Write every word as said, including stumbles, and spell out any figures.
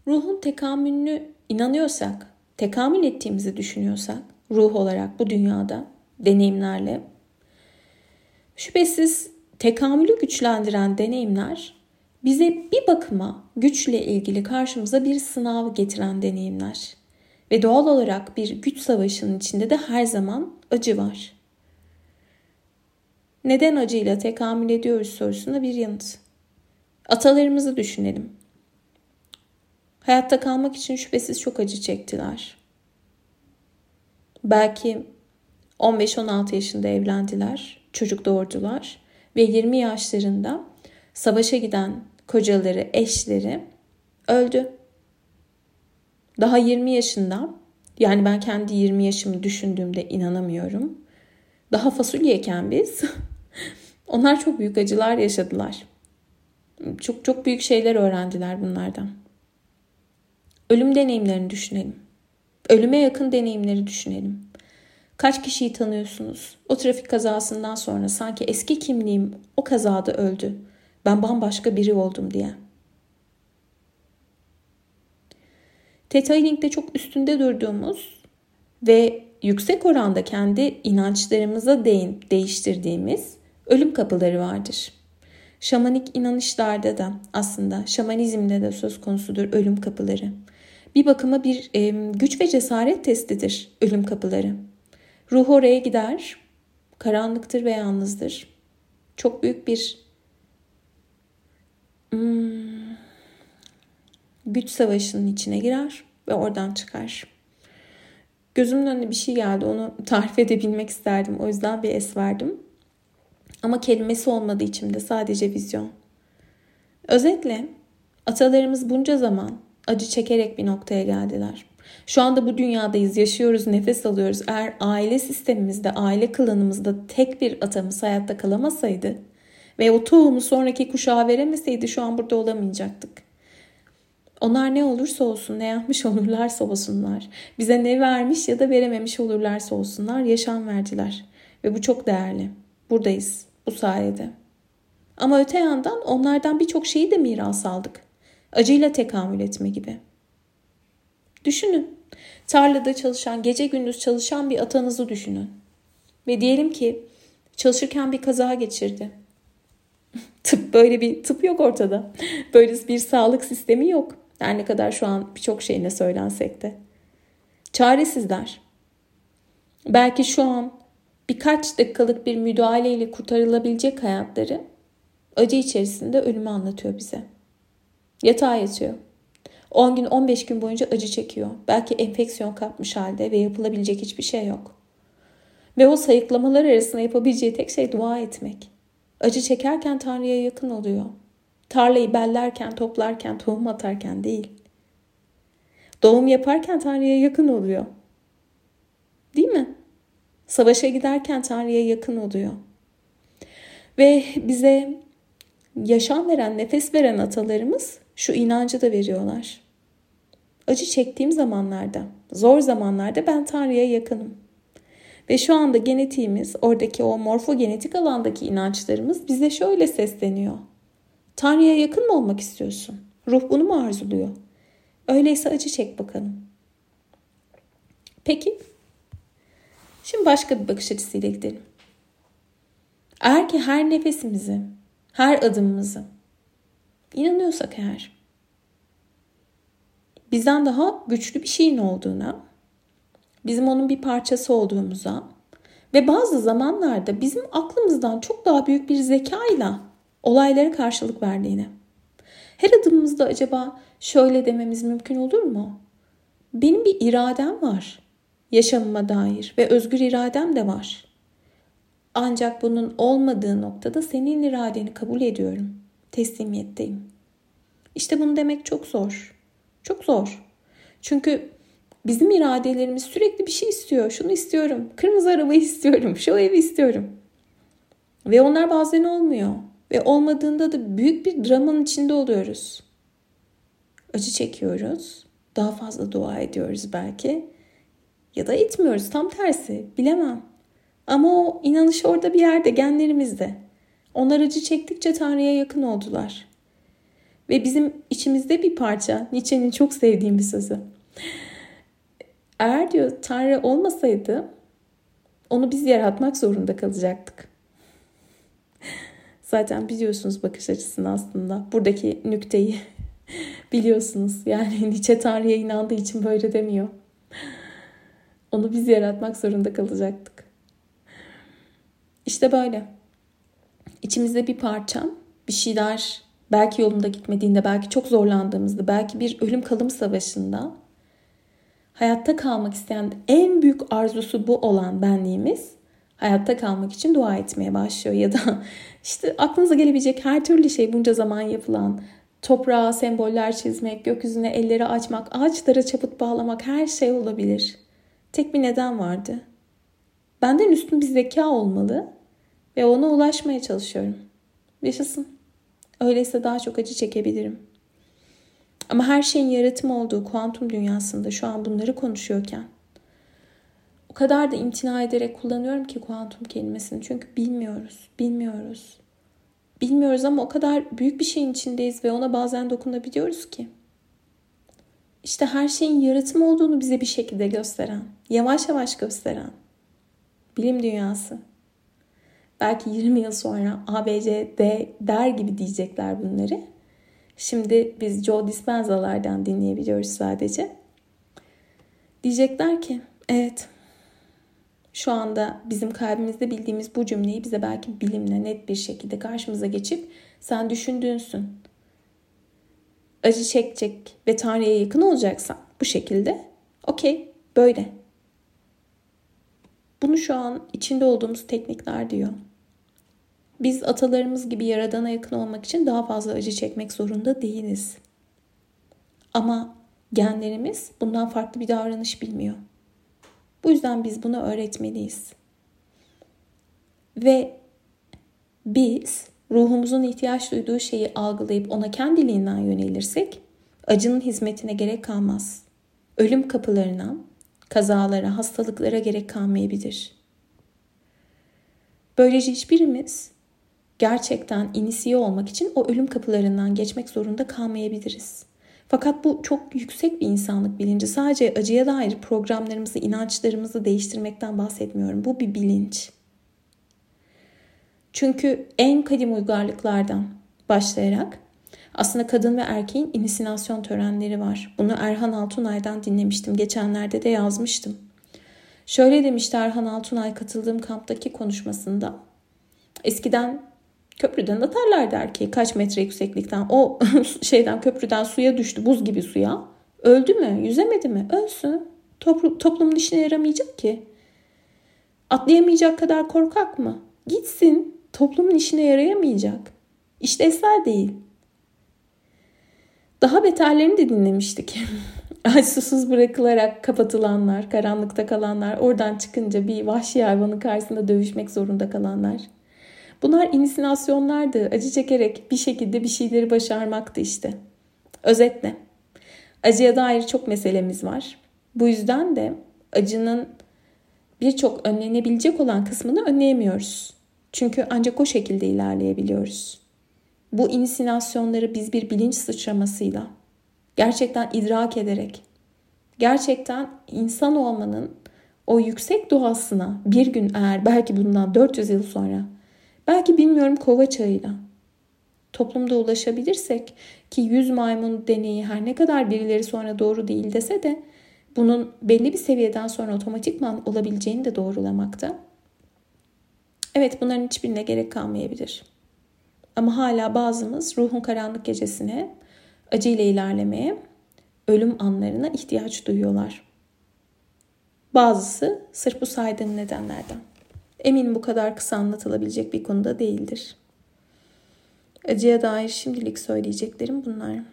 Ruhun tekamülünü inanıyorsak, tekamül ettiğimizi düşünüyorsak, ruh olarak bu dünyada deneyimlerle, şüphesiz tekamülü güçlendiren deneyimler bize bir bakıma güçle ilgili karşımıza bir sınav getiren deneyimler. Ve doğal olarak bir güç savaşının içinde de her zaman acı var. Neden acıyla tekamül ediyoruz sorusuna bir yanıt. Atalarımızı düşünelim. Hayatta kalmak için şüphesiz çok acı çektiler. Belki on beş on altı yaşında evlendiler, çocuk doğurdular ve yirmi yaşlarında savaşa giden kocaları, eşleri öldü. Daha yirmi yaşında, yani ben kendi yirmi yaşımı düşündüğümde inanamıyorum. Daha fasulyeyken biz, onlar çok büyük acılar yaşadılar. Çok çok büyük şeyler öğrendiler bunlardan. Ölüm deneyimlerini düşünelim. Ölüme yakın deneyimleri düşünelim. Kaç kişiyi tanıyorsunuz? O trafik kazasından sonra sanki eski kimliğim o kazada öldü. Ben bambaşka biri oldum diye. Theta Healing'de çok üstünde durduğumuz ve yüksek oranda kendi inançlarımıza değin, değiştirdiğimiz ölüm kapıları vardır. Şamanik inanışlarda da aslında şamanizmde de söz konusudur ölüm kapıları. Bir bakıma bir e, güç ve cesaret testidir ölüm kapıları. Ruh oraya gider, karanlıktır ve yalnızdır. Çok büyük bir hmm, güç savaşının içine girer ve oradan çıkar. Gözümün önüne bir şey geldi, onu tarif edebilmek isterdim. O yüzden bir es verdim. Ama kelimesi olmadığı içimde, sadece vizyon. Özetle atalarımız bunca zaman acı çekerek bir noktaya geldiler. Şu anda bu dünyadayız, yaşıyoruz, nefes alıyoruz. Eğer aile sistemimizde, aile klanımızda tek bir atamız hayatta kalamasaydı ve o tohumu sonraki kuşağa veremeseydi şu an burada olamayacaktık. Onlar ne olursa olsun, ne yapmış olurlarsa olsunlar, bize ne vermiş ya da verememiş olurlarsa olsunlar yaşam verdiler. Ve bu çok değerli. Buradayız bu sayede. Ama öte yandan onlardan birçok şeyi de miras aldık. Acıyla tekamül etme gibi. Düşünün. Tarlada çalışan, gece gündüz çalışan bir atanızı düşünün. Ve diyelim ki çalışırken bir kaza geçirdi. Tıp, böyle bir tıp yok ortada. Böyle bir sağlık sistemi yok. Her ne kadar şu an birçok şeyine söylensek de. Çaresizler. Belki şu an birkaç dakikalık bir müdahaleyle kurtarılabilecek hayatları acı içerisinde ölümü anlatıyor bize. Yatağa yatıyor. on gün on beş gün boyunca acı çekiyor. Belki enfeksiyon kapmış halde ve yapılabilecek hiçbir şey yok. Ve o sayıklamalar arasında yapabileceği tek şey dua etmek. Acı çekerken Tanrı'ya yakın oluyor. Tarlayı bellerken, toplarken, tohum atarken değil. Doğum yaparken Tanrı'ya yakın oluyor. Değil mi? Savaşa giderken Tanrı'ya yakın oluyor. Ve bize yaşam veren, nefes veren atalarımız şu inancı da veriyorlar. Acı çektiğim zamanlarda, zor zamanlarda ben Tanrı'ya yakınım. Ve şu anda genetiğimiz, oradaki o morfogenetik alandaki inançlarımız bize şöyle sesleniyor. Tanrı'ya yakın mı olmak istiyorsun? Ruh bunu mu arzuluyor? Öyleyse acı çek bakalım. Peki, şimdi başka bir bakış açısıyla gidelim. Eğer ki her nefesimizi, her adımımızı inanıyorsak eğer, bizden daha güçlü bir şeyin olduğuna, bizim onun bir parçası olduğumuza ve bazı zamanlarda bizim aklımızdan çok daha büyük bir zekayla olaylara karşılık verdiğine. Her adımımızda acaba şöyle dememiz mümkün olur mu? Benim bir iradem var yaşamıma dair ve özgür iradem de var. Ancak bunun olmadığı noktada senin iradeni kabul ediyorum. Teslimiyetteyim. İşte bunu demek çok zor. Çok zor. Çünkü bizim iradelerimiz sürekli bir şey istiyor. Şunu istiyorum. Kırmızı arabayı istiyorum. Şu evi istiyorum. Ve onlar bazen olmuyor. Ve olmadığında da büyük bir dramanın içinde oluyoruz. Acı çekiyoruz. Daha fazla dua ediyoruz belki. Ya da etmiyoruz. Tam tersi. Bilemem. Ama o inanış orada bir yerde, genlerimizde. Onlar acı çektikçe Tanrı'ya yakın oldular. Ve bizim içimizde bir parça, Nietzsche'nin çok sevdiğim bir sözü. Eğer diyor Tanrı olmasaydı onu biz yaratmak zorunda kalacaktık. Zaten biliyorsunuz bakış açısını aslında. Buradaki nükteyi biliyorsunuz. Yani Nietzsche Tanrı'ya inandığı için böyle demiyor. Onu biz yaratmak zorunda kalacaktık. İşte böyle. İçimizde bir parça, bir şeyler belki yolunda gitmediğinde, belki çok zorlandığımızda, belki bir ölüm kalım savaşında hayatta kalmak isteyen, en büyük arzusu bu olan benliğimiz hayatta kalmak için dua etmeye başlıyor. Ya da işte aklınıza gelebilecek her türlü şey, bunca zaman yapılan, toprağa semboller çizmek, gökyüzüne elleri açmak, ağaçlara çaput bağlamak, her şey olabilir. Tek bir neden vardı. Benden üstün bir zeka olmalı ve ona ulaşmaya çalışıyorum. Yaşasın. Öyleyse daha çok acı çekebilirim. Ama her şeyin yaratım olduğu kuantum dünyasında şu an bunları konuşuyorken o kadar da imtina ederek kullanıyorum ki kuantum kelimesini. Çünkü bilmiyoruz, bilmiyoruz. Bilmiyoruz ama o kadar büyük bir şeyin içindeyiz ve ona bazen dokunabiliyoruz ki. İşte her şeyin yaratım olduğunu bize bir şekilde gösteren, yavaş yavaş gösteren bilim dünyası. Belki yirmi yıl sonra A B C D der gibi diyecekler bunları. Şimdi biz Joe Dispenza'lardan dinleyebiliyoruz sadece. Diyecekler ki evet, şu anda bizim kalbimizde bildiğimiz bu cümleyi bize belki bilimle net bir şekilde karşımıza geçip sen düşündüğünsün. Acı çekecek ve Tanrı'ya yakın olacaksan bu şekilde okey böyle. Bunu şu an içinde olduğumuz teknikler diyor. Biz atalarımız gibi Yaradan'a yakın olmak için daha fazla acı çekmek zorunda değiliz. Ama genlerimiz bundan farklı bir davranış bilmiyor. Bu yüzden biz bunu öğretmeliyiz. Ve biz ruhumuzun ihtiyaç duyduğu şeyi algılayıp ona kendiliğinden yönelirsek acının hizmetine gerek kalmaz. Ölüm kapılarına, kazalara, hastalıklara gerek kalmayabilir. Böylece hiçbirimiz gerçekten inisiye olmak için o ölüm kapılarından geçmek zorunda kalmayabiliriz. Fakat bu çok yüksek bir insanlık bilinci. Sadece acıya dair programlarımızı, inançlarımızı değiştirmekten bahsetmiyorum. Bu bir bilinç. Çünkü en kadim uygarlıklardan başlayarak aslında kadın ve erkeğin insinasyon törenleri var. Bunu Erhan Altunay'dan dinlemiştim. Geçenlerde de yazmıştım. Şöyle demişti Erhan Altunay katıldığım kamptaki konuşmasında. Eskiden köprüden atarlardı erkeği kaç metre yükseklikten. O şeyden köprüden suya düştü, buz gibi suya. Öldü mü? Yüzemedi mi? Ölsün. Toplu, toplumun işine yaramayacak ki. Atlayamayacak kadar korkak mı? Gitsin. Toplumun işine yarayamayacak. İşlevsel değil. Daha beterlerini de dinlemiştik. Aç susuz bırakılarak kapatılanlar, karanlıkta kalanlar, oradan çıkınca bir vahşi hayvanın karşısında dövüşmek zorunda kalanlar. Bunlar insinasyonlardı. Acı çekerek bir şekilde bir şeyleri başarmaktı işte. Özetle. Acıya dair çok meselemiz var. Bu yüzden de acının birçok önlenebilecek olan kısmını önleyemiyoruz. Çünkü ancak o şekilde ilerleyebiliyoruz. Bu insinasyonları biz bir bilinç sıçramasıyla, gerçekten idrak ederek, gerçekten insan olmanın o yüksek doğasına bir gün eğer belki bundan dört yüz yıl sonra, belki bilmiyorum kova çağıyla toplumda ulaşabilirsek ki yüz maymun deneyi her ne kadar birileri sonra doğru değil dese de bunun belli bir seviyeden sonra otomatikman olabileceğini de doğrulamakta. Evet, bunların hiçbirine gerek kalmayabilir. Ama hala bazımız ruhun karanlık gecesine, acıyla ilerlemeye, ölüm anlarına ihtiyaç duyuyorlar. Bazısı sırf bu saydığım nedenlerden. Eminim bu kadar kısa anlatılabilecek bir konuda değildir. Acıya dair şimdilik söyleyeceklerim bunlar.